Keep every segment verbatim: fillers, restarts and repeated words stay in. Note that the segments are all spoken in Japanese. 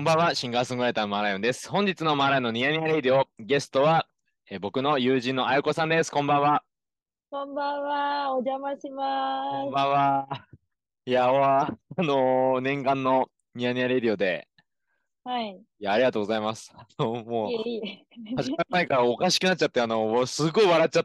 こんばんは、シンガーソングライターのマーライオンです。本日のマーライオンのニヤニヤレイディオ、ゲストは、えー僕の友人のあやこさんです。こんばんは。 こんばんは。お邪魔します。 こんばんは。いや、わ、あのー念願のニヤニヤレイディオで、 はい。 いや、ありがとうございます。あの、もう、 いえいえ。 始まる前からおかしくなっちゃって、あの、もうすごい笑っちゃって、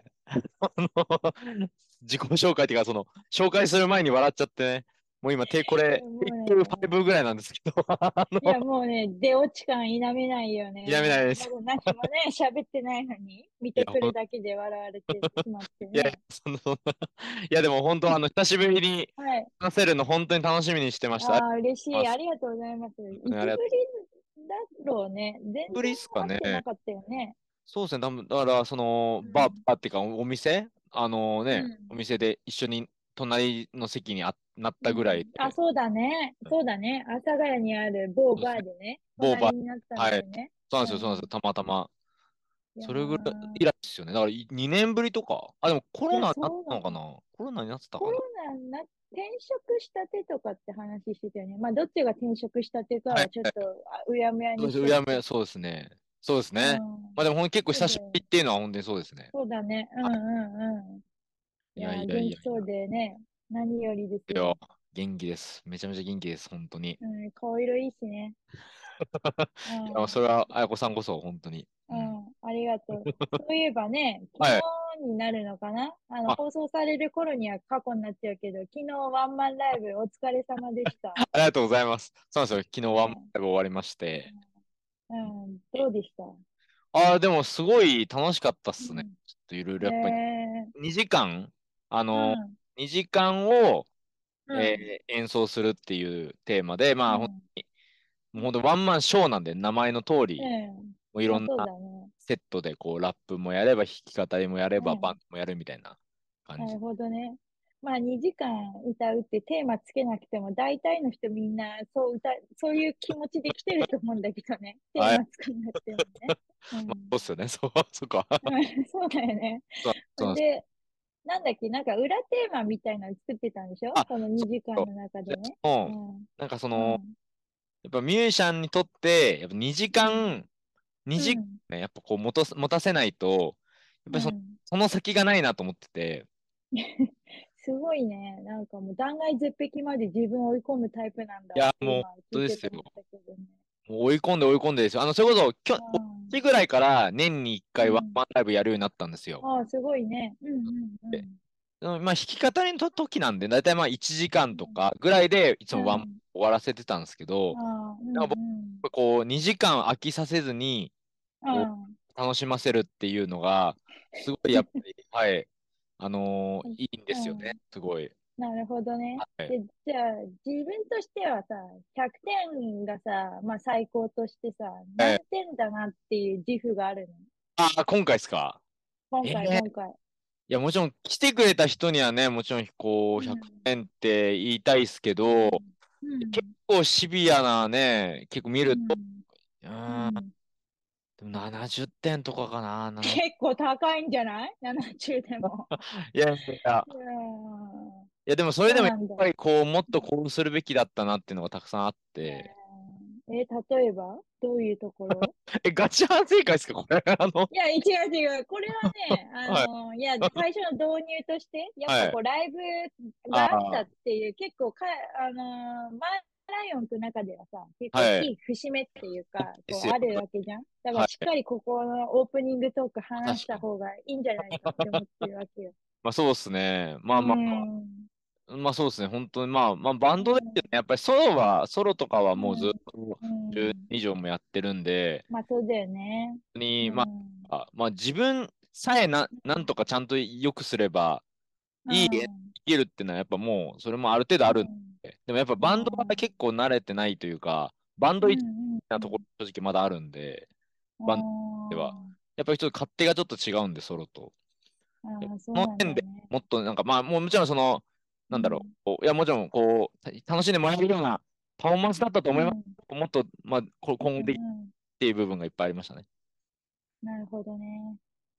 あの、自己紹介っていうか、その、紹介する前に笑っちゃってね、もう今、テイこれ、テイもうクファイブね、 ぐらいなんですけど、あいや、 の、 もうね、出落ち感否めないよ否めないね。 です。 まだ何もね、喋ってないのに、見いや、 てくるだけで笑われてしまっていやいや、 ね。 そんな、そんな。いや、でも本当、あの、久しぶりにはい。 話せるの本当に楽しみにしてました。ありがとああ、嬉しい。 うございます。 ありがとうございます。いね、ありがとつぶりだろうね。全然う。ぶりっすかね。 会ってなかったよね。 そうですね。多分だから、その、バー、 うん。 バーっていうか、おお店あのね、おうん。 店で一緒に隣の席にあなったぐらいうん。あ、 で、 そうだね。そうだね。阿佐ヶ谷にある某そうですね。 バーでね、 某バー、 隣になったんはい。 だよね。 そうなんですよ、そうなんですよ。 うん。 たまたま。 いやそれぐらいー、 以来ですよね。だからいにねんぶりとか。あ、でもコいや、 ロナになっそうなの。 たのかな、コロナになってたコロかな。 ナな、転職したてとかって話してたよね。まあ、どっちが転職したてかはい。 はちょっと、あうやむやそうです。 にしとくけど。 うやむや、そうですね。そうですうね。まあでん。 もほん結構久しぶりそうだよ。 っていうのは本当にそうですね。 そうだね。うんうんうん。いやー、 いやいやい元気そうやいや。 でね。何よりですいや、 よ。 元気です。めちゃめちゃ元気です。本当に。 うん、顔色いいしね。ういや、それん。 は、あやこさんこそ、本当に。 ううん。 ん。ありがとう。そういえばね、昨はい。 日になるのかな、あの、 あ、 放送される頃には過去になっちゃうけど、昨日ワンマンライブお疲れ様でした。 ありがとうございます。そうなんですよ。昨日ワンマンね。 ライブ終わりまして。 うん、どうでした？ ああ、でもすごい楽しかったっすね。 うん。 ちょっといろいろえやっぱり、 ー、 にじかん、あの、 うん、 にじかんを、 うん、 えー演奏するっていうテーマで、まあ、ほんうん、 もう本当ワンマンショーなんで、名前の通うり、 ん。まあそうもういろんなだね。 セットで、こう、ラップもやれば、弾き語りもやれば、バンうん。 ドもやるみたいな感じ。 なるほどね。まあにじかん歌うってテーマつけなくても大体の人みんなそう歌、そういう気持ちで来てると思うんだけどね。テーはい。 マ作んなくてもね。うまあ、 ん。 そうっすよね。そう、そっか。 うんそうだよね。 そう、そうなんです。 で、なんだっけ、なんか裏テーマみたいなの作ってたんでしょ、 あ、 その2 そうそう。 時間の中で、 でね。 その、 うん。 なんかその、 うん。 やっぱミュージシャンにとって、やっぱ2 うん。 時間、2時間うん。 ね、やっぱこう持たす、持たせないと、やっぱりそ、 うん。 その先がないなと思ってて、 すごいね。なんかもう断崖絶壁まで自分を追い込むタイプなんだいや、 ってもう、本今聞い当ですよ。 てて思ったけどね。 もう追い込んで追い込んでですよ。あの、それこそ、きょ、 うおん。 とぐらいから年にいっかいワンうん。 マンライブやるようになったんですよ。 ああ、すごいね。うんうんうで、 ん。 うんまあ、弾き語りの時なんで、だいたいまあいちじかんとうん。 かぐらいで、いつもワンマンうん。 終わらせてたんですけど、 ああ、うんなんかうん。 僕、こう、にじかん飽きさせずに、こああ。 う、楽しませるっていうのが、すごい、やっぱり、はい、あのーいいんですよね。 うん。 すごい。 なるほどね。 はい。 で、じゃあ、自分としてはさ、ひゃくてんがさ、まあ最高としてさ、 えー何点だなっていう自負があるの？ あ、今回ですか？ 今回、 ええ、 今回。 いや、もちろん来てくれた人にはね、もちろんこう、100 うん。 点って言いたいですけど、 うん。う結ん。 構シビアなね、結構見ると、 うん。 うーん、 うん。 でもななじゅってんとかかな、ななじゅう。 結構高いんじゃない？ ななじゅう でも。 いやいやいや、 いやー、 いやでもそれでもやっそうなんだ。 ぱりこう、もっとこうするべきだったなっていうのがたくさんあっえて、 ー、え、例えばどういうところ？ え、ガチ反省会ですかこれ？あの、 いや、違う違う。これはね、あはい、 の、いや、最初の導入として、やっぱはい。 こう、ライブがあったあっていう、結構か、あの、マーライオンの中ではさ、結あ、 構大はい。 きい節目っていうか、こう、 ですよ。 あるわけじゃん。だからはい。 しっかりここのオープニングトーク話した確かに。 方がいいんじゃないかって思ってるわけよ。 まあそうですね。まうあまん。 あ、まあそうですね。本当にまあ、まあバンドですよね。 うん。 やっぱりソロは、ソロとかはもうずっうん。 とうじゅうねんん。 以上もやってるんで、 まあ、そうだよね。 本当に、 うまん。 あ、まあ自分さえな、なんとかちゃんと良くすれば、 ういい演奏ん。 できるっていうのはやっぱもう、それもある程度あるんうん。 で。でもやっぱうバンドはん。 結構慣れてないというか、バンド一うん。うん。 なところ正直まだあるんで、 うバンドでは。 ん。 やっぱりちょっと勝手がちょっと違うんで、ソロと。 ああ、そそうなんの点でだね。 もっとなんか、まあもうもちろんその、なんだろうん。 う、こういやもちろんこう、た楽しんでもらえるようなパフォーマンスだったと思います。 うん。 もっと、まあ、こう今後できっん。うん。 ていう部分がいっぱいありましたね。 なるほどね。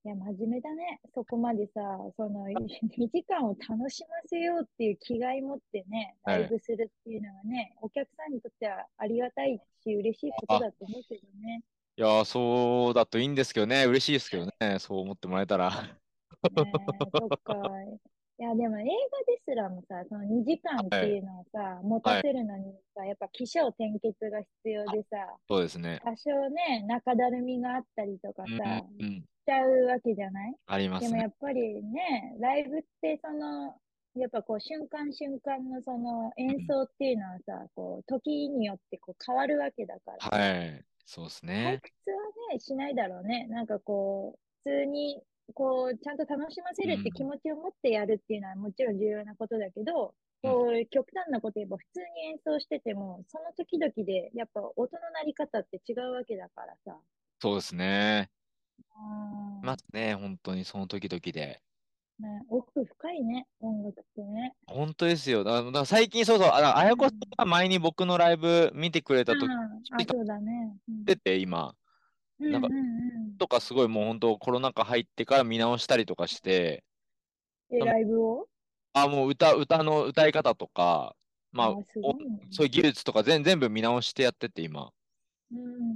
いや、真面目だね。そこまでさ、その、にじかんを楽しませようっていう気概持ってね、ライはい。 ブするっていうのはね、お客さんにとってはありがたいし、嬉しいことあ、 だと思うけどね。 いやー、そうだといいんですけどね。嬉しいですけどね。そう思ってもらえたら。 ねえ、そっか。いや、でも映画ですらもさ、そのにじかんってはい。 いうのをさ、持たはい。 せるのにさ、やっぱ起承転結が必要でさ、 そうですね。 多少ね、中だるみがあったりとかうん、 さ、 うん。 しちゃうわけじゃない。 ありますね。 でもやっぱりね、ライブってその、やっぱこう瞬間瞬間のその演うん。 奏っていうのはさ、こう時によってこう変わるわけだからさ、 はい。そうです退ね。 屈はね、しないだろうね。なんかこう、普通に、こう、ちゃんと楽しませるって気うん。 持ちを持ってやるっていうのはもちろん重要なことだけど、 うん。 こう、極端なこと言えば普通に演奏してても、その時々で、やっぱ音の鳴り方って違うわけだからさ。 そうですね。まあすね。本当にその時々で。 ーね、奥深いね、音楽ってね。 本当ですよ。だからだから最近そうそう、あの、あやこさんうん。 が前に僕のライブ見てくれた時、 ああ、あ、そうだね。うん。 出て今、 うんなんか、 うんとかすごいもう本当コロナ禍入ってから見直したりとかして、 うん。え、ライブを。 あ、もう歌、歌の歌い方とか、まあ、 ああ、すおごいね。 そういう技術とか全、全部見直してやってて今。 うん。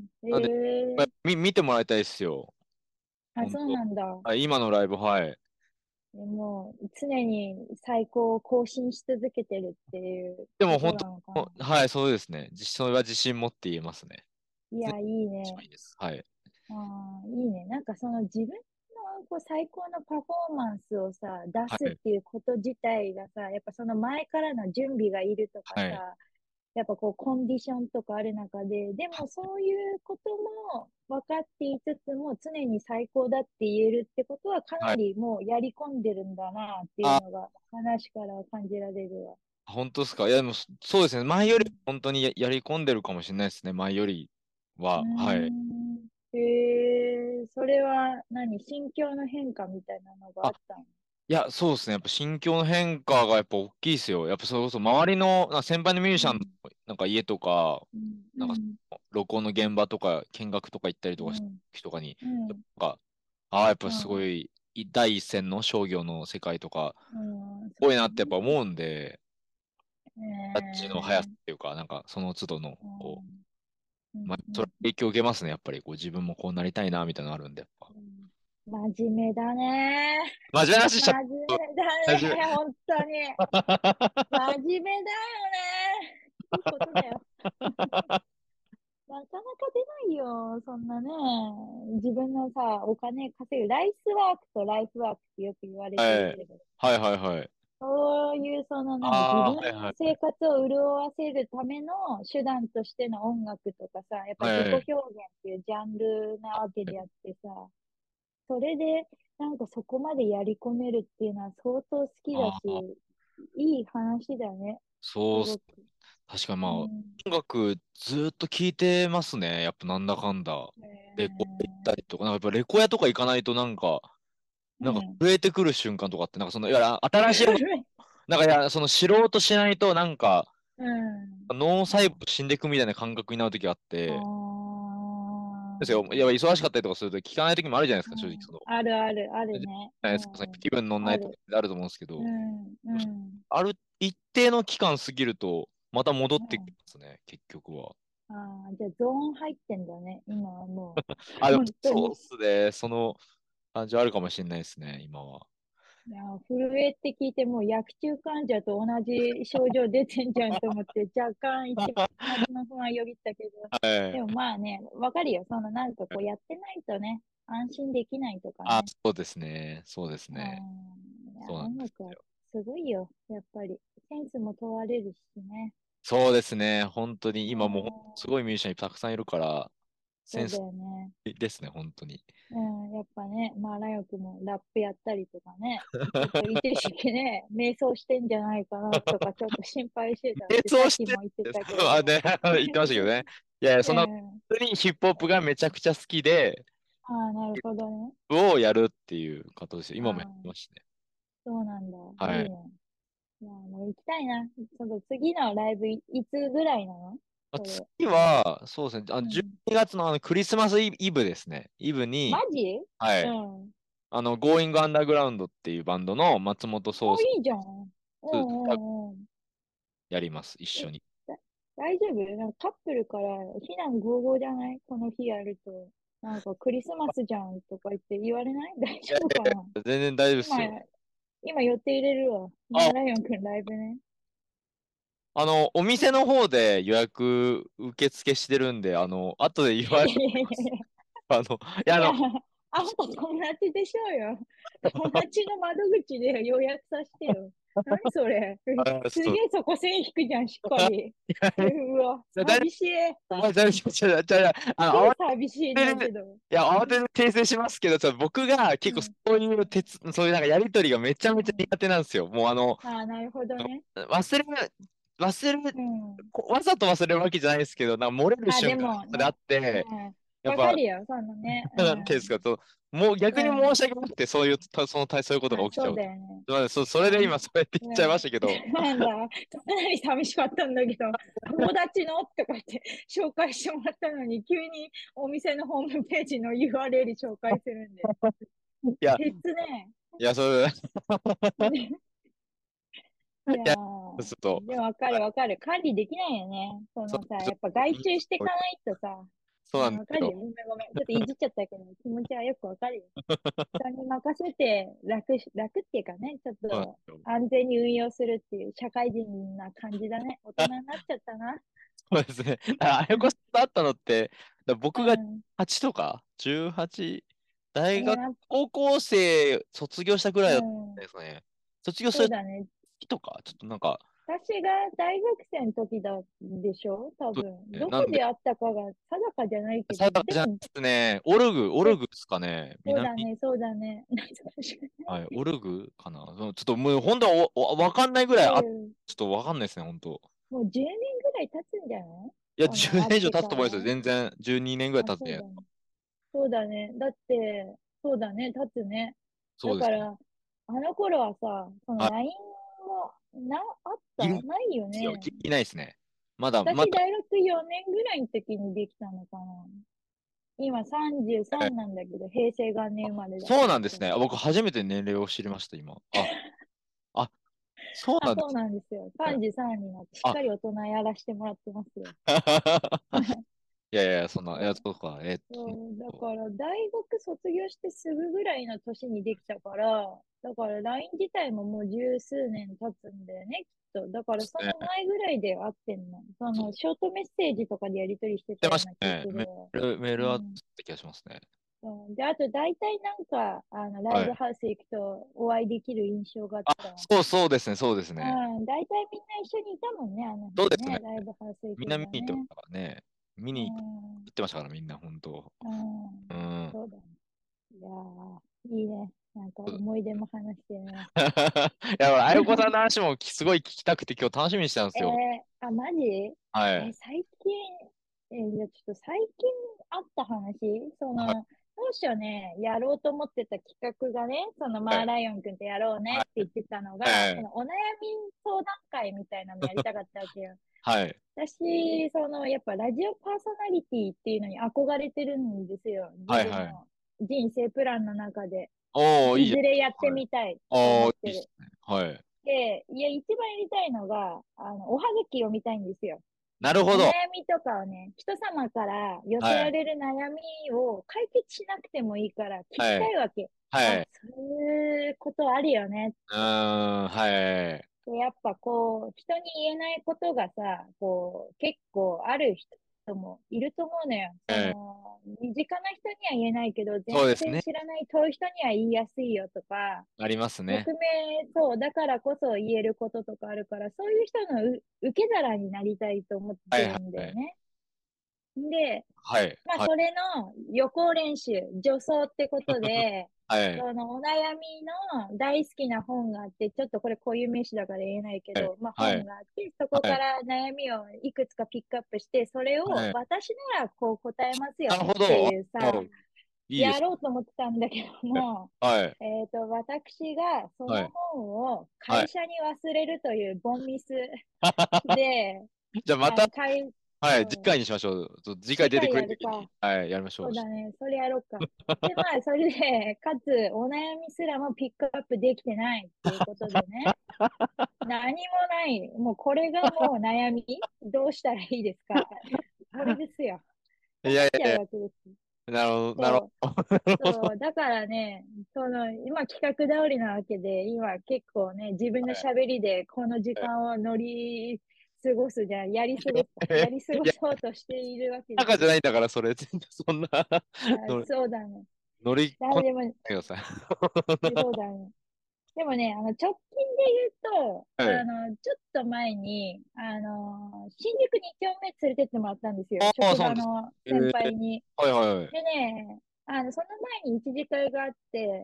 なんで、まあええ、 み、見てもらいたいですよ。 あ、そう本当。 なんだ。 はい、今のライブ、はい。 でもう常に最高を更新し続けてるっていうことでも本なのかな。 当、はい、そうですね。自それは自信持って言えますね。常にいや、いいね。 一番いいです。はい。 ああ、いいね。なんかその自分のこう最高のパフォーマンスをさ、出はい。 すっていうこと自体がさ、やっぱその前からの準備がいるとかはい。 さ、やっぱこうコンディションとかある中で、でもそういうことも分かっていつつも常に最高だって言えるってことはかはい。 なりもうやり込んでるんだなっていうあ、 のが話から感じられるわ。 本当ですか。いや、でも、そそうですね。前よりうん。 本当にや、やり込んでるかもしれないですね。前よりうーは。はい。 ん。へえ、それは何心境の変化みたいなのがああ、 ったの？ いや、そうですね。やっぱ心境の変化がやっぱ大きいですよ。やっぱそれこそ周りの、なんか先輩のミュージシャンのうん。 なんか家とか、 うん。うなんかん。 録音の現場とか見学とか行ったりとかしたうん。 時とかに、 うやっん。 ぱ、ああ、やっぱすごうん。 いい第一線の商業の世界とか、 うん。 多いなってやっぱそ思うんで、 うタッチの速さっね。 ていうか、なんかその都度の、 えー、うこう、 ん。うん。 まあ、 うん。 それ影響を受けますね。やっぱりこう自分もこうなりたいな、みたいなのあるんで、やっぱ。 うん、真面目だね。 真面目な話しちゃっ真面目だた。真面ね。本当に。 目。 真面目だよね。いいことだよ。なかなか出ないよ。そんなね。自分のさ、お金稼ぐ。ライスワークとライフワークってよく言われてはい。 るけど。 はいはいはい。 そういう、その何、自ああ、 分はいはい。 の生活を潤わせるための手段としての音楽とかさ、やっぱ自己はい。 表現っていうジャンルなわけであってさ、それで、なんかそこまでやり込めるっていうのは相当好きだし、 ああ、 いい話だね。すそうっす。 ごく。 確かにまあ、音うん。 楽ずーっと聴いてますね。やっぱなんだかんだ。 えレコ行ったりー、 とか、なんかやっぱレコヤとか行かないとなんか、なんかうん。 震えてくる瞬間とかって、なんかその、いや、新しい音楽、なんかいや、その知ろうとしないとなんか、 うん。 脳細胞あ、 死んでいくみたいな感覚になるときがあっあて、ですよ。いや、 ー、 忙しかったりとかすると聞かないときもあるじゃないですか、正直うん。 その。 あるある、あるじね。 ゃないですか、そのうん。 気分乗んないときある。 あると思うんですけど、 うん、うん、 ある一定の期間過ぎると、また戻ってきうん。 ますね、結局は。 ああ、じゃあゾーン入ってんだね。今はもう。 あ、でも本当そうっに。 すね。その感じはあるかもしれないですね、今は。 いや、震えって聞いてもう薬中患者と同じ症状出てんじゃんと思って若干一抹の不安よぎったけど。 はい。 でもまあね、わかるよ。そのなんかこうやってないとね、安心できないとかあ、 ね。 そうですね。そうですうね。 ん。いや、 そうなん音楽はですよ。 すごいよ。やっぱり。センスも問われるしね。 そうですね。本当にう今もうすごいん。 ミュージシャンたくさんいるから、セそうだンスよね。 ですね、本当に。 うん、やっぱね、まあ、ライオくもラップやったりとかね、ちょっと一時期ね、瞑想してんじゃないかなとか、ちょっと心配してたっ並て、さっ走してきも言ってるんですたけれども。 あ、ね、言ってましたけどね。いやいや、そんな、本うん。 当にヒップホップがめちゃくちゃ好きで、 ああ、なるほどね。 ヒップをやるっていう方ですよ。今もやってああ、 ましたね。 そうなんだ。いはい。 いね。いや、もう行きたいな。ちょっと次のライブい、いつぐらいなの？ まあ、 それ。 次は、そうですね、あの12 うん。 月のあのクリスマスイブイブですね。イブに、 マジ？ はい。 うん。 あの、Going Underground っていうバンドの松本壮お、 さんいいじゃん。うんとうんうん。 やります、一え、 緒に。 だ、大丈夫なんかカップルから非難合々じゃないこの日やると。なんかクリスマスじゃんとか言って言われない大いやい丈夫かな？ やいや全然大丈夫です今、 よ。 今予定入れるわ。マあ、 ーライオンくんライブね。 あの、お店の方で予約受付してるんで、あの、後で言われいやいやいます。 やいや。 あの、いや、 いや、 あの、 あんた友達でしょうよ。友達の窓口で予約させてよ。何それ。 あ、 すちょっと、 げえそこ線引くじゃん、しっかり。 いやいうわ、 や、大丈寂しい。す夫、お前大丈夫、ちょ、ちょ、ちょ、あげえの、慌寂しいんてる、 だけど。 いや、慌てる訂正しますけど、ちょっと僕が結構うん、 そういう鉄、そういうなんかやりとりがめちゃめちゃうん。 苦手なんですよ。もうあの、 ああ、なるほどね。 忘れ、忘れ、 うん。 こわざと忘れるわけじゃないですけど、なんか漏れるあ、で瞬間もね、 まであって、 うん。 やっぱ、 わかるよ、そのね。 なんていうんですか、そう、もううん。 逆に申うん。 し訳なくて、そういう、たその、そういうことがあ、そう起きちゃうと。 だよね。 まあそ、それあ、 で今、そうやって言っちゃいましたけど、 うん、なんだ、かなり寂しかったんだけど、友達のとか言って紹介してもらったのに、急にお店のホームページの ユーアールエル 紹介するんで。 いや、 鉄ね。 いや、それ、 いやいや、ちょっー、 と、 でもわかるわかる。管理できないよね。そそう、 のさ、 ちょやっぱっと、いい外注していかないとさ、 そうなんあ、 ですよ。 わかるよ。ごめんごめん。ちょっといじっちゃったけど、気持ちはよくわかるよ。人に任せて楽し、楽っていうかね、ちょっそうなんでとすよ。 安全に運用するっていう社会人な感じだね。大人になっちゃったな。 そうですね。だからあやこさんと会ったのって、だから僕がうん。 はちとか、じゅうはち、大学、 いや、 高校生卒業したぐらいうだったんん。 ですかね。卒業するそうだね。 時とか、ちょっとなんか、 私が大学生の時だでしょ多そう分。 ですね。 どこなんで、 で会ったかが定かじゃないけど、 定かじゃないでも、 ですね。オルグ、オルで、 グですかね。南、 そうだね、そうだね。懐かしい。 はい、オルグかな。うんちょっともう本当はおおわかんないぐらいあ、ちょうん。 っとわかんないですね、本当。 もうじゅうねんぐらい経つんじゃないいや、10 その、会っ年以上てから。 経つと思いますよ。全然、じゅうにねんぐらいあ、 経つね。 そうだね。そうだね。だって、そうだね、経つね。 そうですね。 だから、あの頃はさ、そのはい。 ライン は、な、あっギリたないよですよ。 ね。 ギリないですね。まだ、ま私、 だ、 大学よねんぐらいの時にできたのかな。今さんじゅうさんなんだけど、平成元年生まれだからさ。 そうなんですね。あ僕、初めて年齢を知りました、今。あ、あ、そうあ、そうなんですなんですよ。 ね。 さんじゅうさんになって、しっあ、 かり大人やらしてもらってますよ。 いやいや、そんな、いや、 そうそうか、えっそう、だと、 から大学卒業してすぐぐらいの年にできたから、だから ライン 自体ももう十数年経つんだよね、きっと。だからそね、 の前ぐらいで会ってんの。そそう、 のショートメッセージとかでやり取りして出たような記ましたね。メ憶では。 ール、メールはあっうん。 た気がしますね。 そうで、あと大体なんか、あの、ライはい。 ブハウス行くとお会いできる印象があっあ、 たわ。 そうそうですね、そうですね。 うん、大体みんな一緒にいたもんね、あのそうですね。 辺ね。ライブハウス行みんなけばね。 見に行ってましたからね。見うに行ん、 ってましたから、みんな、本当。 うん、 うん。 そうだね。いやー、いいね。なんか思い出も話してね。 いや、あやこさんの話もすごい聞きたくて今日楽しみにしてたんでえすよ。 ー、あ、マジえ、 はい。 最近、えーじゃあちょっと最近あった話そはい。 の、当初ね、やろうと思ってた企画がね、そのはい。 マーライオンくんとやろうねはい。 って言ってたのが、そはい。 のお悩み相談会みたいなのやりたかったわけよ。 はい。 私、その、やっぱラジオパーソナリティっていうのに憧れてるんですよ。自はい。はい。 分の人生プランの中で。 おー、いいじいずれやってゃん。はい。 みたいとおー、 思ってる。 いいっすね。はい。 で、いや、一番やりたいのが、あの、おはがきを見たいんですよ。お悩なるほど。 みとかをね、人様から寄せはい。 られる悩みを解決しなくてもいいから聞きはい。 たいわけ。あ、 はい。 そういうことあるよね。 うーん、はい。 でやっぱこう、人に言えないことがさ、こう、結構ある人もいると思うのよ。そええ、 の、身近な人には言えないけど、全そうですね。 然知らない遠い人には言いやすいよとか、 ありますね。 匿名、そう、だからこそ言えることとかあるから、そういう人のう受け皿になりたいと思っはい。 てるんだはい。 よね。で、 はい。 まあ、 はい。 それの予行練習、助走ってことで、 はい。 そのお悩みの大好きな本があって、ちょっとこれ固有名詞だから言えないけはい。 ど、まあはい。 本があって、そこはい。 から悩みをいくつかピックアップして、それをはい。 私ならこう答えますよってなるほど。 いうさ、 もう、いいですやろうと思ってたんだけどね。 も、 はい。 えっと、私がそのはい。 本をはい。 会社に忘れるというボンミスで、 じゃあまた、 あの、会、 はい、次そう。 回にしましょう。ちょ次回次回出てくれやるか。 るときに、はい、やりましょう。 そうだね。それやろうか。で、まあ、それで、かつ、お悩みすらもピックアップできてないっていうことでね。何もない。もうこれがもう悩みどうしたらいいですか？これですよ。 い困っちゃやいやいうわけです。 や、なるほど、なるそう。 ほど。なるほど。 そう、だからね、その、今企画通りなわけで、今結構ね、自分のはい喋りでこの時はい間を乗り過ごすじゃん、やり過ごすか、やり過ごいや、 そうとしているわけですよ。 赤じゃないんだから、それ、全然そんなあ、 乗り、 そうだね。 乗り込んだでも、 でください。 そうだね。でもね、あの、直近で言うと、 はい。 あの、ちょっと前に、あの、新宿に丁目連れてってもらったんですよ。 ああ、 職そうなんです。 場の先えー、 輩に。 はいはいはい。 でね、あの、その前に一次会があって、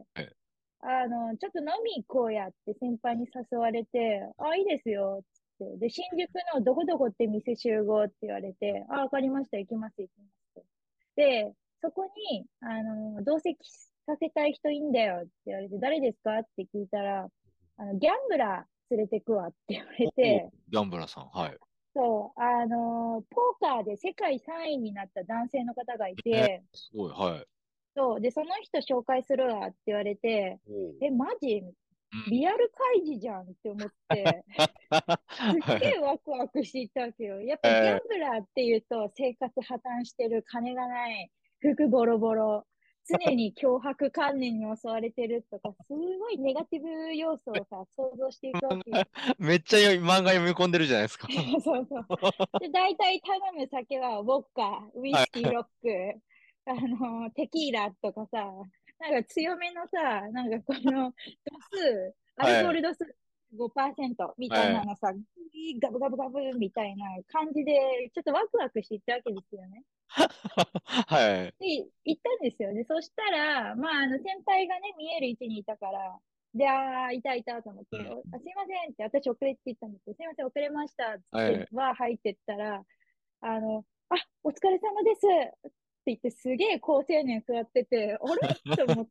はい。 あの、ちょっと飲み行こうやって先輩に誘われて、あ、いいですよ、つって。で、新宿のどこどこって店集合って言われて、あ、わかりました、行きます、行きます。で、そこに、あの、同席させたい人いいんだよって言われて、誰ですかって聞いたら、あの、ギャンブラー連れてくわって言われおお、 て、 ギャンブラーさん。はい。 そう、あの、ポーカーで世界さんいになった男性の方がいえー、 て、 すごい、はい。 そう。で、その人紹介するわって言われて、 おお。 え、マジうん。 リアル開示じゃんって思って、すっげはい。 えワクワクしていったわけよ。やっぱギャえンブラーっていうと生活破綻してる、金がない、服ボロボロ、常に脅迫観念に襲われてるとか、すごいネガティブ要素をさ、想像していくわけよ。 ー、めっちゃ漫画読み込んでるじゃないですか。 そうそう。で、大体頼む酒は、ウォッカ、ウイはい。 スキー、ロック、あの、テキーラとかさ、なんか強めのさ、なんかこの度数、アルコーはい。 ル度数ごパーセントみたいはい。 なのさ、ガブガブガブみたいな感じで、ちょっとワクワクしていったわけですよね。 はい。 で、行ったんですよね。そしたら、まあ、あの、先輩がね、見える位置にいたから、で、ああ、いたいたと思って、 うん。 おあすいませんって、私遅れって言ったんですよ。すいません、遅れましたっつっはい。 て、は入ってったら、あの、あ、お疲れ様ですって言って、すげえ高青年座ってて、あれと思って、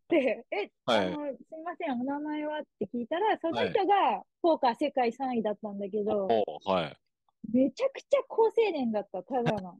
え、あはい。 の、すいません、お名前はって聞いたら、そのはい。 人が、ポーカー世界さんいだったんだけど、 おお、はい。 めちゃくちゃ高青年だった、ただの。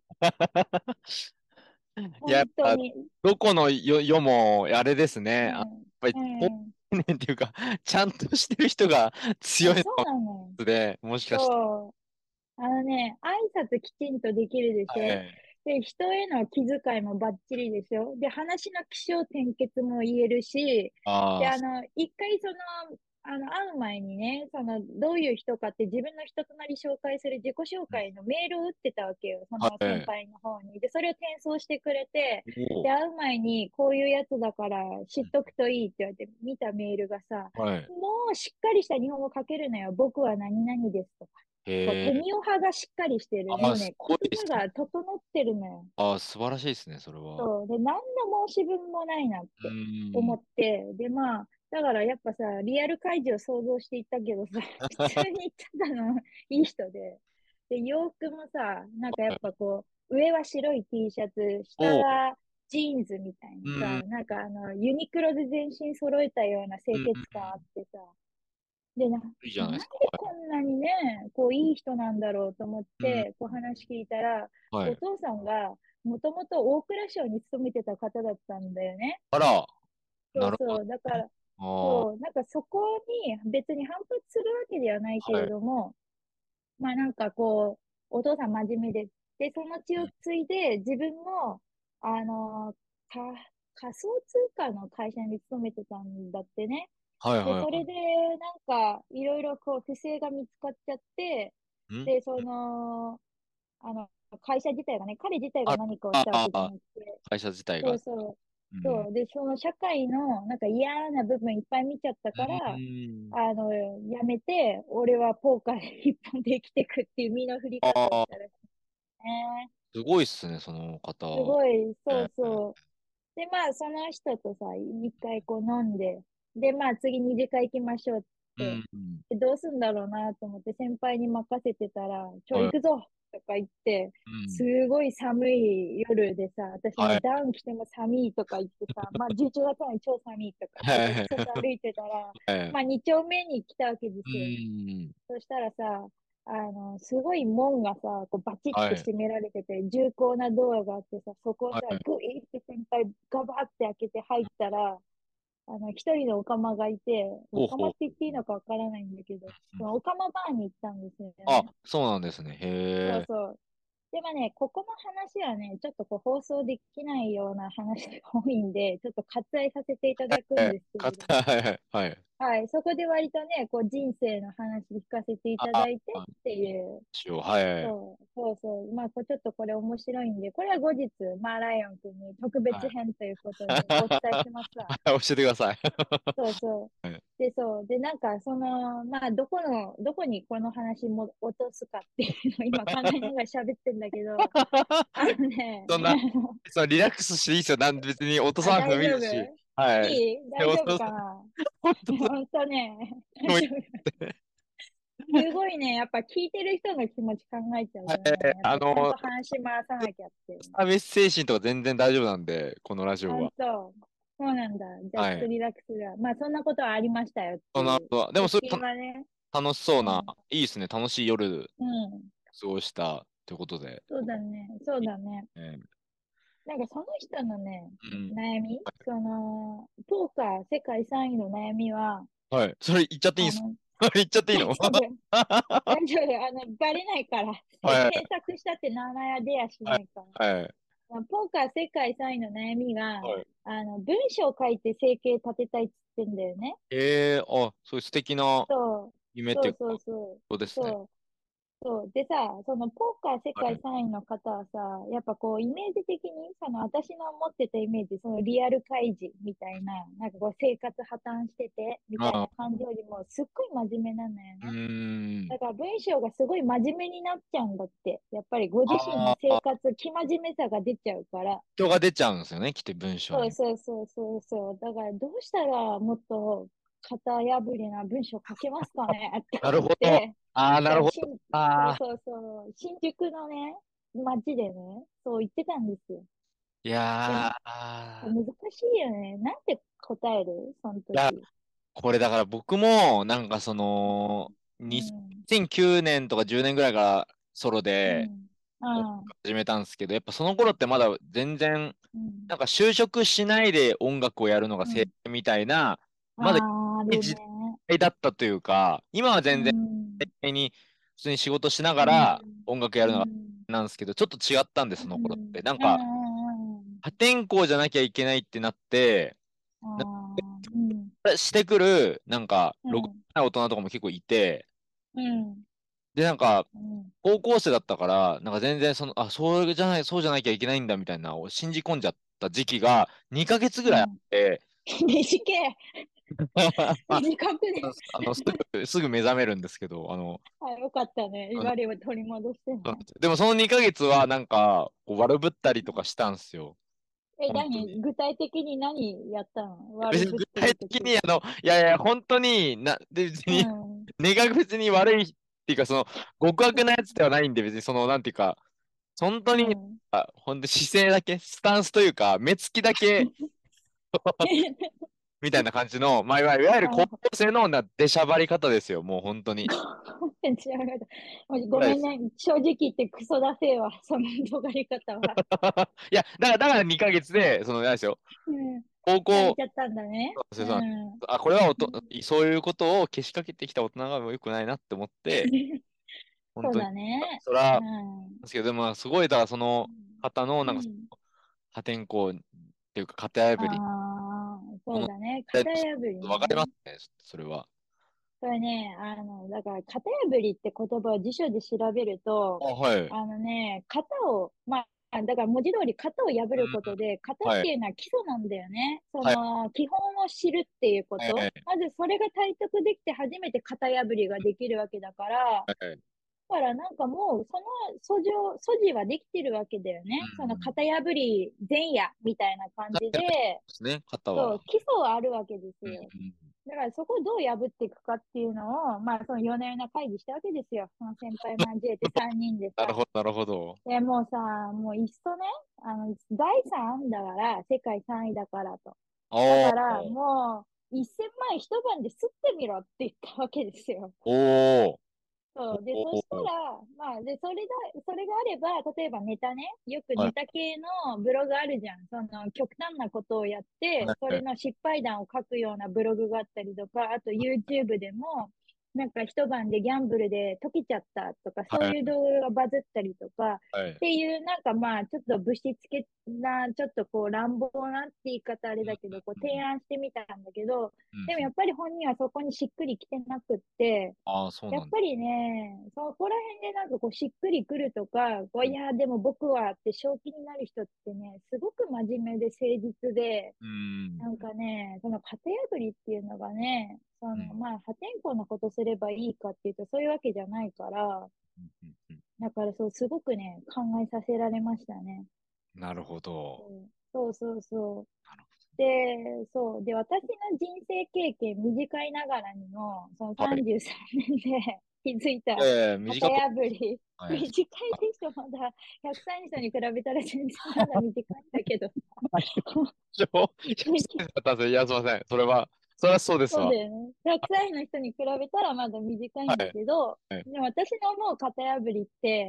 いや、やっぱ、 本当に。 どこの世、世も、あれですね。あ、やっうん。 ぱり、 う本ん。 年っていうか、ちゃんとしてる人が強あ、 いのそうなのよ。 で、もしかして。 そう。あのね、挨拶きちんとできるでしょ？ はい。 で、人への気遣いもバッチリでしょ？で、話の起承転結も言えるし、で、 ああ、 あの、一回その、あの、会う前にね、その、どういう人かって自分の人となり紹介する自己紹介のメールを打ってたわけよ。そはの先い。 輩の方に。で、それを転送してくれて、 おお、 で、会う前にこういうやつだから知っとくといいって言われて見たメールがさ、 はい。 もうしっかりした日本語書けるのよ。僕は何々ですとか。こう、 へえ。 テニオ派がしっかりしてる。 ああ、すもうね、言ごいですね。 葉が整ってるのよ。 ああ、素晴らしいですね、それは。 そう。で、何の申し分もないなっうてーん。 思って、で、まあ、だからやっぱさ、リアル開示を想像していったけどさ、普通にただのいい人で、で、洋服もさ、なんかやっぱこう、上は白い T シャツ、下おお、 はジーンズみたいなさ、 うん、 なんかあの、ユニクロで全身揃えたような清うん、 潔感あってさ、で、な、 いいじゃなんでないですか。はこんなにね、こう、いい人なんだろうと思っい。うん、 て、こう話聞いたら、 はい。 お父さんが、もともと大蔵省に勤めてた方だったんだよね。 あら、なるほど。 そうそう。だから、 あそう、なんかそこに別に反発するわけではないあ、 けはい。 れども、まあなんかこう、お父さん真面目で、で、その血をうん、 継いで、自分も、あの、か、仮想通貨の会社に勤めてたんだってね。 はい、 で、 はい、はそれで、なんか、いろいろこう、不正が見つかっちゃって、 い。んで、その、あの、会社自体がね、彼自体があ、 何かをしたわああ、 けじゃなくて、 会社自体が。 そうそう、 うん。 そう、で、その社会の、なんか嫌な部分いっぱい見ちゃったうから、 ーん。 あの、やめて、俺はポーカーで一本で生きてくっていう身の振りあ方をしたあ、 らしいね。 すごいっすね、そのす方。 ごい、そえうそう。で、まあ、その人とさ、一回こう飲んで、で、まあ、次二次会行きましょうって、 うん。 でどうすんだろうなと思って先輩に任せてたら、ちょ、 はい。 行くぞとか言って、 うん。 すごい寒い夜でさ、私もはい。 ダウン着ても寒いとか言ってさ、まあじゅういちがつなのに超寒いとか言ってこう、 はい。 外歩いてたら、 はい。 まあに丁目に来たわけでうすよ。 ん。 そしたらさ、 あの、すごい門がさ、こうバチッはい。 て閉められてて、重厚なドアがあってさ、そこをさ、 はい。 グイって先輩ガバって開けて入ったら、あの、一人のオカマがいて、オほうほう。 カマって言っていいのかわからないんだけど、 うん。 そのオカマバーに行ったんですよあ、 ね。 そうなんですね。へえ。 そうそう。でもね、ここの話はね、ちょっとこう放送できないような話が多いんで、ちょっと割愛させていただくんえ、 ですけれどかた、はいも、 はい。はい。 はい、そこで割とね、こう人生の話聞かせていたあ、 だいてあ、 っていう、 しよう。はい。 そう、そうそう。まあ、こうちょっとこれ面白いんで、これは後日、マーライオン君に特別はい。 編ということでお伝えしますわ。 はい、教えてください。 そうそう。 はい。 で、そう。で、なんか、その、まあ、どこの、どこにこの話も落とすかっていうのを今考えながら喋ってんだけど、あのね、 そんな、そのリラックスしていいですよ。なん別に落とあ、 さなくて大丈夫もいいですし。はい。 いいでも、 大丈夫そうかな？ 本当そ本当ね、 うもいい。 大丈夫。すごいね、やっぱ聞いてる人の気持ち考えちゃうはい。 とね、やっあの、 ぱちゃんと話回さなきゃって。 サービス精神とか全然大丈夫なんで、このラジオは。 本当。そうなんだ。じゃあ、ちょっとはい。 リラックスが。まあ、そんなことはありましたよってそのいう。 後でも、 直それた近はね。 楽しそうな、 うん。 いいですね。楽しい夜うん。 過ごしたということで。 そうだね。そうだね。 えーなんかその人のね、 うん。 悩み、その、ポーカー世界さんいの悩みは、 はい。それ言っちゃっていいんですか？ あの、 言っちゃっていいの？ 大丈夫。大丈夫。あの、バレないから。 はい。 検索したって名前は出やしはい。 ないから。 はい。 あのポーカー世界さんいの悩みが、 はい。 あの、文章を書いて生計立てたいっつってんだよね。 えー、あ、そういう素敵なそう。そうそう夢っていうか、 そう。 そうですね。 そう。そう。でさ、そのポーカー世界はい。 さんいの方はさ、やっぱこう、イメージ的に、その私の持ってたイメージ、そのリアル開示みたいな、なんかこう、生活破綻してて、みたいあ、 な感じよりも、すっごい真面目なんだようね。 ーん。 だから文章がすごい真面目になっちゃうんだって。やっぱりご自身のああ、 生活、生真面目さが出ちゃうから。 人が出ちゃうんですよね、来て文章そうに。 そうそうそうそう。だからどうしたらもっと型破りな文章書けますかねってなる思ほど。 って、 ああ、なるそう、 ほど。 新、そうああ、 そうそう、新宿のね、街でね、そう言ってたんですよ。 いでも、 やー、 難しいよね。なんて答えるそのいや、 時。 これだから僕も、なんかその、 うん、 にせんきゅうねんとかじゅうねんぐらいからソロでうん、 音うん、 楽始めたんですけど、やっぱその頃ってまだ全然、 うん、 なんか就職しないで音楽をやるのが正うん。 解みたいな、 あまだー、ある時ね。 代だったというか、今はう全然ん、 に普通に仕事しながうん、 ら音楽やうるのがん、 なんですけど、ちょっと違ったんで、 うその頃って。なんん、うか、 ん、 破天荒じゃなきゃいけないってなって、 あー、うん、 してくる、なんか、ろくうん、 な大人とかも結構いて、 うん、 で、なんか、 うん。 高校生だったから、なんか全然その、あ、そうじゃない、そうじゃなきゃいけないんだみたいな、を信じ込んじゃった時期がにかげつぐらいあっうん。 て、 短い。 まあ、 短くね。 あの、すぐ、すぐ目覚めるんですけど、あの、 あ、よかったね。 あの我を取り戻してね。 でもそのにかげつはなんか、こう悪ぶったりとかしたんですよ。 え、 本当に。 何具体的に何やったの？悪ぶっ別に具てる時。 体的に、あの、いやいや、本当にな、で、別うに、 ん。 根が別に悪いっていうか、その、極悪なやつではないんで、別にその、なんていうか、本当に、 うん。 あ、ほんと姿勢だけ、スタンスというか、目つきだけ、みたいな感じの、まあ、いわいわゆる高校あ、 生のな出しゃばり方ですよ、もう本当に。 違う。もうぐらいですよ。 ごめんね。正直言ってクソだせえわ。その尖り方は。 いや、だから、だからにかげつで、その、なんですよ。 うん。 高校、 やめちゃったんだね。 そうですうよそうん。 あ、これはおと、 うん。 そういうことをけしかけてきた大人が良くないなって思って、本当に、 そうだね。うそれは、 ん。 ですけど、でも、すごい、だから、その方の、なんか、 うん。 破天荒っていうか、型あ破り、 あ、 この、 そうだね。型破りわかりますね。 ね、それは。 これね、あの、だから、型破りって言葉を辞書で調べると、 あ、はい。 あのね、型を、まあ、だから文字通り型を破るうん、 ことで、型っはい。 ていうのは基礎なんだよね。そはい。 の、基本を知るっていうこと。 はい。 まずそれが体得できて初めて型破りができるわけだから、 はい。 だからなんかもう、その素性、素地はできてるわけだようね。そのん。 型破り前夜みたいな感じで、 ですね、方そう、 は。 基礎はあるわけですうん。 よ。 うん。 だからそこをどう破っていくかっていうのを、まあその夜な夜な会議したわけですよ。その先輩交えてさんにんでさ。 なるほど、なるほど。 で、もうさ、もういっそね、あの、だいさんだから、世界さんいだからと。だおから、 ー、 もう、せんまん一晩で吸ってみろって言ったわけですよ。 おー。 そう。で、そしたおー、 ら、まあ、で、それだ、それがあれば、例えばネタね、よくはい。 ネタ系のブログあるじゃん。その、極端なことをやって、そはい。 れの失敗談を書くようなブログがあったりとか、あと YouTube でも、なんか一晩でギャンブルで溶けちゃったとか、 はい。 そういう動画がバズったりとか、っはい。 ていう、なんかまあ、ちょっとぶしつけな、ちょっとこう乱暴なって言い方あれだけど、こう提案してみたんだけど、でもうんうん。 やっぱり本人はそこにしっくりきてなくって、 ああ、そうなんだ。 やっぱりね、そこら辺でなんかこうしっくりくるとか、こういや、でも僕はって正気になる人ってね、すごく真面目で誠実で、 うん。 なんかね、その型破りっていうのがね、そのうん。 まあ破天荒なことすればいいかっていうとそういうわけじゃないから、 うんうんうん。 だからそう、すごくね、考えさせられましたね。 なるほど。 そうそうそうそう。 なるで、そう。で、私の人生経験短いながらにも、そのほど。はい。 さんじゅうさんねんで気づいたいやいや、 型短く、 破り。 はい。 短いでしょ、まだ。ひゃくさいの人に比べたら全然まだ短いんだけど。 ひゃくさいだったんですよ。いや、すいません。それは、それはそうですそうわ。 だよね。ひゃくさいの人に比べたらまだ短いんだはい。 けど、 はい。 でも私の思う型破りって、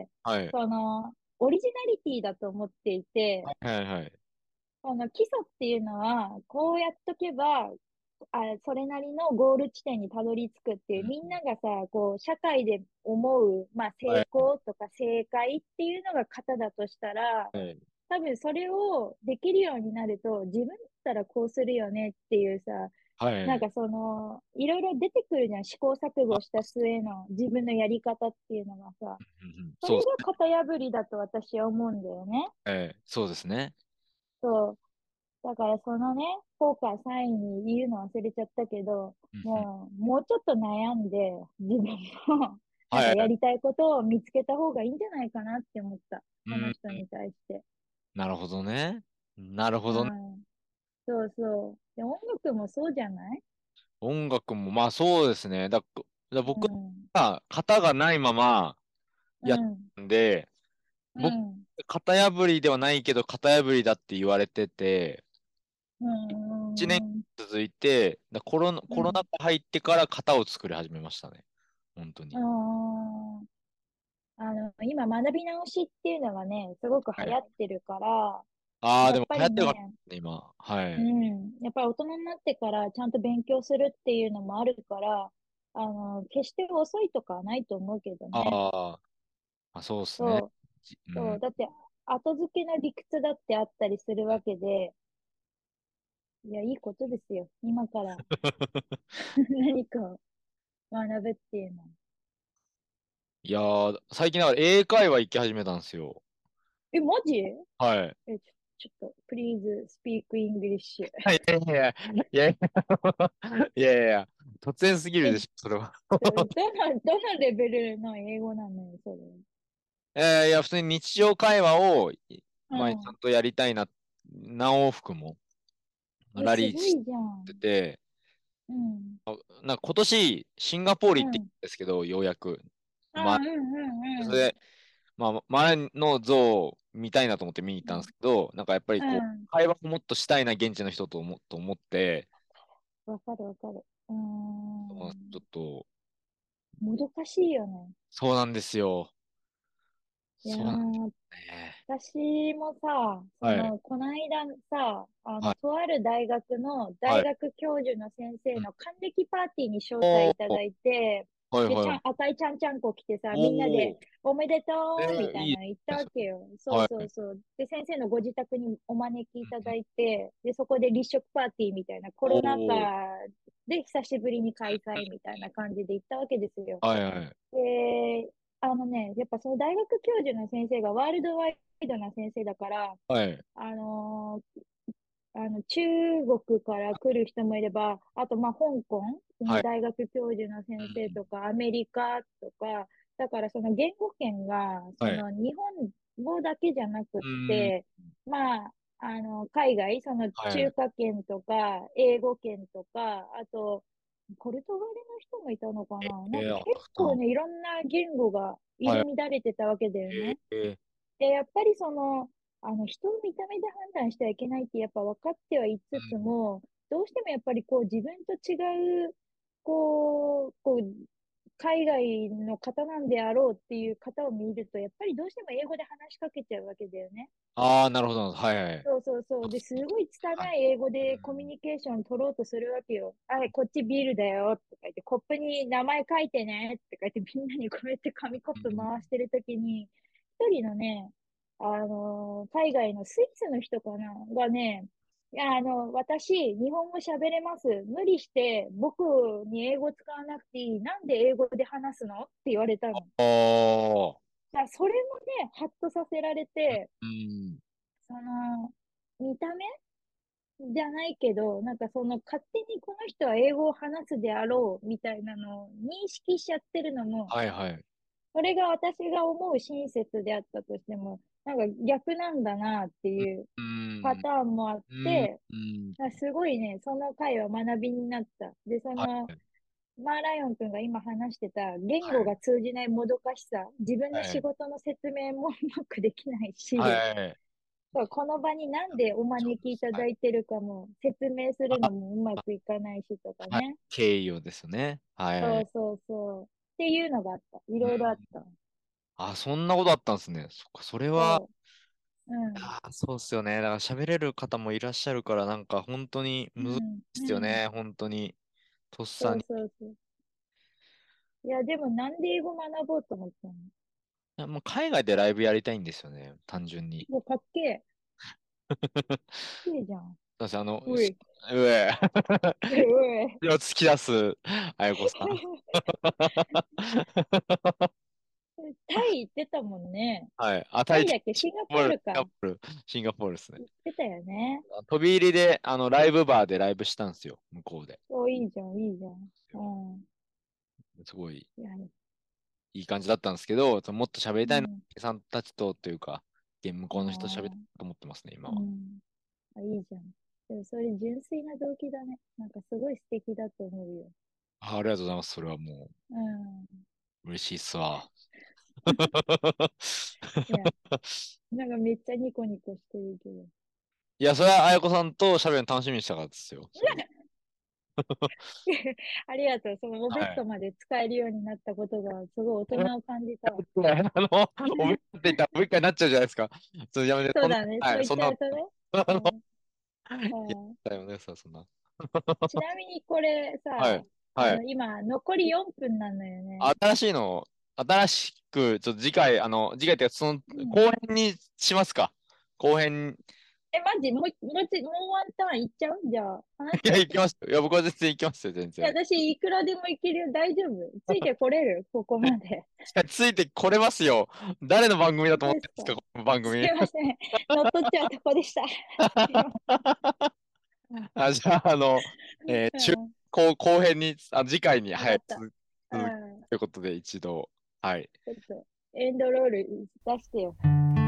はい。 その、オリジナリティだと思っていて、 はい。はい。 この基礎っていうのは、こうやっとけば、あ、それなりのゴール地点にたどり着くっていう、 うん。 みんながさ、こう、社会で思う、まあ、成はい。 功とか正解っていうのが型だとしたら、 はい。 多分それをできるようになると、自分だったらこうするよねっていうさ、 はい。 なんかその、いろいろ出てくるじゃん。試行錯誤した末の自分のやり方っていうのがさ、 うんうん、 それそうですね。 が型破りだと私は思うんだよね。 ええ、そうですね。 そう。だからそのね、後悔サインに言うの忘れちゃったけど、 うんうん、 もう、もうちょっと悩んで、自分もなんかはい。 やりたいことを見つけた方がいいんじゃないかなって思った。 うん。 その人に対して。 なるほどね。なるほうどね。 ん。そうそう。で、音楽もそうじゃない？ 音楽も、まあそうですね。だ、だう僕ん。 は型がないままやっうん。 たんで、僕、 うん。 型破りではないけど、型破りだって言われてて、 ういちねんん。うん。 続いて、だコロナ、コロナうん。 禍入ってから型を作り始めましたね。本当に。 うん。あの、今学び直しっていうのがね、すごくはい。 流行ってるから、 ああ、でやっも流行ってよかったぱりね、 ね、今。はうい。 ん。やっぱり大人になってからちゃんと勉強するっていうのもあるから、あの、決して遅いとかはないと思うけどね。 あーあ、そうですね。 そう、 じうそう。 ん。 だって、後付けの理屈だってあったりするわけで、いや、いいことですよ。今から何かを学ぶっていうのは。 いやー、最近だから英会話行き始めたんですよ。 え、マジ？ はい。 え、ちょ、ちょっと、please speak English。 いやいやいや、いやいやいやいや、突然すぎるえ、 でしょ、それは。 ど、どの、どのレベルの英語なのよ、それ。 えー、いや、普通に日常会話を、いまあ、ちゃうん。 んとやりたいな、何往復も、 え、すごラリーしいじゃん。 てて、 うん。 なんか今年、シンガポール行ってきたうん。 んですけど、ようやく。まあ、 あ、うんうんうん。 それで、まあ、前の像を見たいなと思って見に行ったんですけど、なんかやっぱりこう、 うん。 会話をもっとしたいな、現地の人と思と思って、 わかるわかる。うーちょっん。 と、 もどかしいよね。 そうなんですよ。 いやそうなんですー、 ね。 私もさ、そはい。 の、この間さ、あの、 はい。 とある大学の大はい。 学教授の先生うん、 の還暦パーティーに招待おー、 いただいて、で、ちゃん、 はいはい。 赤いちゃんちゃんこ着てさ、みんなで、 おー、 おめでとうみえー、いいたいなの言ったね、それ。 わけよ。そうはい。 そうそう。で、先生のご自宅にお招きいたうんだいて、で、そこで立食パーティーみたいな、コうん、 ロナ禍おー、 で久しぶりに開催みたいな感じで行ったわけですよ。 はいはい。 で、あのね、やっぱその大学教授の先生がワールドワイドな先生だから、 はい。 あのーあの、中国から来る人もいれば、あと、まあ、香港はい。 の大学教授の先生うん、 とか、アメリカとか、だからその言語圏が、そはい。 の日本語だけじゃなくっうん、 て、まあ、あの、海外、そのはい。 中華圏とか、英語圏とか、あと、ポルトガルの人もいたのかな、なんか結えー、あ、たくさん。 構ね、いろんな言語が入はい。 り乱れてたわけだよね。 えー、 で、やっぱりその、あの、人を見た目で判断してはいけないってやっぱ分かってはいつつうん、 も、どうしてもやっぱりこう自分と違う、こう、こう、 海外の方なんであろうっていう方を見ると、やっぱりどうしても英語で話しかけちゃうわけだよね。 ああ、なるほど。はいはい。 そうそうそう。で、すごいはい。 拙い英語うでコミュん。 ニケーション取ろうとするわけよ。あれ、こっちビールだよとか言って、コップに名前書いてねとか言って、みんなにこうやって紙コップうん。 回してるときに、一人のね、あのー海外のスイスの人かながね、いや、あの、私、日本語喋れます。無理して僕に英語使わなくていい。なんで英語で話すのって言われたの。 おー。 だからそれもね、ハッとさせられて、 うん。 その、見た目じゃないけど、なんかその勝手にこの人は英語を話すであろうみたいなのを認識しちゃってるのも、 はいはい。 それが私が思う親切であったとしても、なんか逆なんだなっていううん。 パターンもあっうん。 て、 うん。 あすごいね、その回は学びになった。で、その、 はいマーライオン君が今話してた言語はいが通じないもどかしさ、自分の仕はい事の説明もうまくできないはし、 い。 そうこの場になんでお招きいたはい。 だいてるかも説明するあ、 のもうまくいかないしとかはい。 ね。 敬意をですね。はい。 そうそうそう。っていうのがあった。いうん。 ろいろあった。 あ、そんなことあったんですね。そっか、それは、 そう。うん。 あ、そうっすよね。だから喋れる方もいらっしゃるから、なんか本当に難しいでうん。うん。 すよね。本当に。とっさそうに。 そうそう。いや、でもなんで英語学ぼうと思ったの？ いやもう海外でライブやりたいんですよね。単純に。 もうかっけえ。いいじゃん。 私、あの、しうい。 うえ。 うい、うい。 を突き出す、あやこさん。 タイ行ってたもんね。 はい。あ、タイ、シタイだっけシンガンガポール、シンポールか。 ガポール、シンガポールですね。 行ってたよね。 飛び入りで、あの、ライブバーでライブしたんですよ。向こうで。 お、いいじゃん、いいじゃん。うん。 すごいいや、 いい感じだったんですけど、もっと喋りたいの、 うん。 さんたちとというか、向あこうの人と喋りたいあ、 と思ってますね、今は。 うん。あ、いいじゃん。でもそれ純粋な動機だね。なんかすごい素敵だと思うよ。 あ、ありがとうございます。それはもうん。 う、嬉しいっすわ。 いや、なんかめっちゃニコニコしてるけど。 いや、それはあやこさんと喋るの楽しみにしたからですよ。それは。 ありがとう。そのおベッはい。 ドまで使えるようになったことが、すごい大人を感じたわ。 あの、おべっかって言ったらおべっかになっちゃうじゃないですか。ちょっとやめて、そんな、 そうだね。 はい、 そう言っそんな、 ちゃうとね。 あの、 うん。 いやうん、 だよね、さ、そんな。 ちなみにこれさ、 はい、はい。 あの、今、残りよんぷんなのよね。 新しいの、新しく、ちょっと次回、あの、次回っていうか、その、 うん。 後編にしますか？後編、 え、マジもう、もうち、もうワンターンいっちゃうじゃあ、話しいや、 ちゃう。 行きますよ。いや、僕は全然行きますよ、全いや、 然。 私、いくらでもいけるよ。大丈夫。ついてこれるここまで。 いやついてこれますよ。誰の番組だと思っ本当ですか？ てるんですか、この番す組。 いません。乗っ取っちゃうとこでした。すいまあ、じゃあ、あの、えーせん。 中、 うん。 後、後編に、あ、次回に、はい、 わかった。 続、続きうん。 ということで、一度、はい。 ちょっと、エンドロール出してよ。